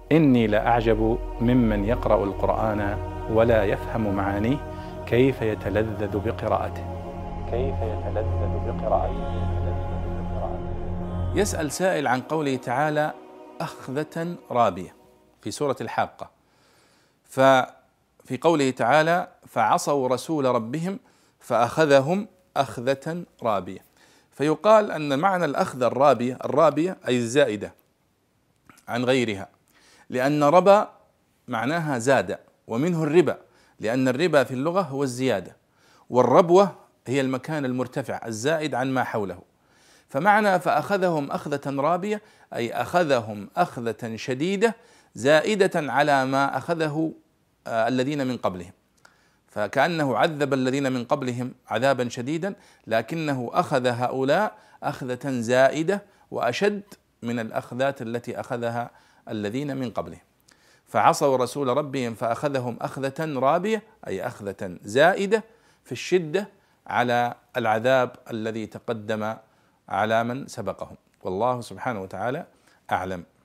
إني لأعجب ممن يقرأ القرآن ولا يفهم معانيه كيف يتلذذ بقراءته. يسأل سائل عن قوله تعالى أخذة رابية في سورة الحاقة، ففي قوله تعالى فعصوا رسول ربهم فأخذهم أخذة رابية، فيقال أن معنى الأخذة الرابية أي الزائدة عن غيرها، لأن ربا معناها زاد، ومنه الربا، لأن الربا في اللغة هو الزيادة، والربوة هي المكان المرتفع الزائد عن ما حوله. فمعنى فأخذهم أخذة رابية أي أخذهم أخذة شديدة زائدة على ما أخذه الذين من قبلهم، فكأنه عذب الذين من قبلهم عذابا شديدا، لكنه أخذ هؤلاء أخذة زائدة وأشد من الأخذات التي أخذها الذين من قبلهم. فعصوا رسول ربهم فأخذهم أخذة رابية أي أخذة زائدة في الشدة على العذاب الذي تقدم على من سبقهم. والله سبحانه وتعالى أعلم.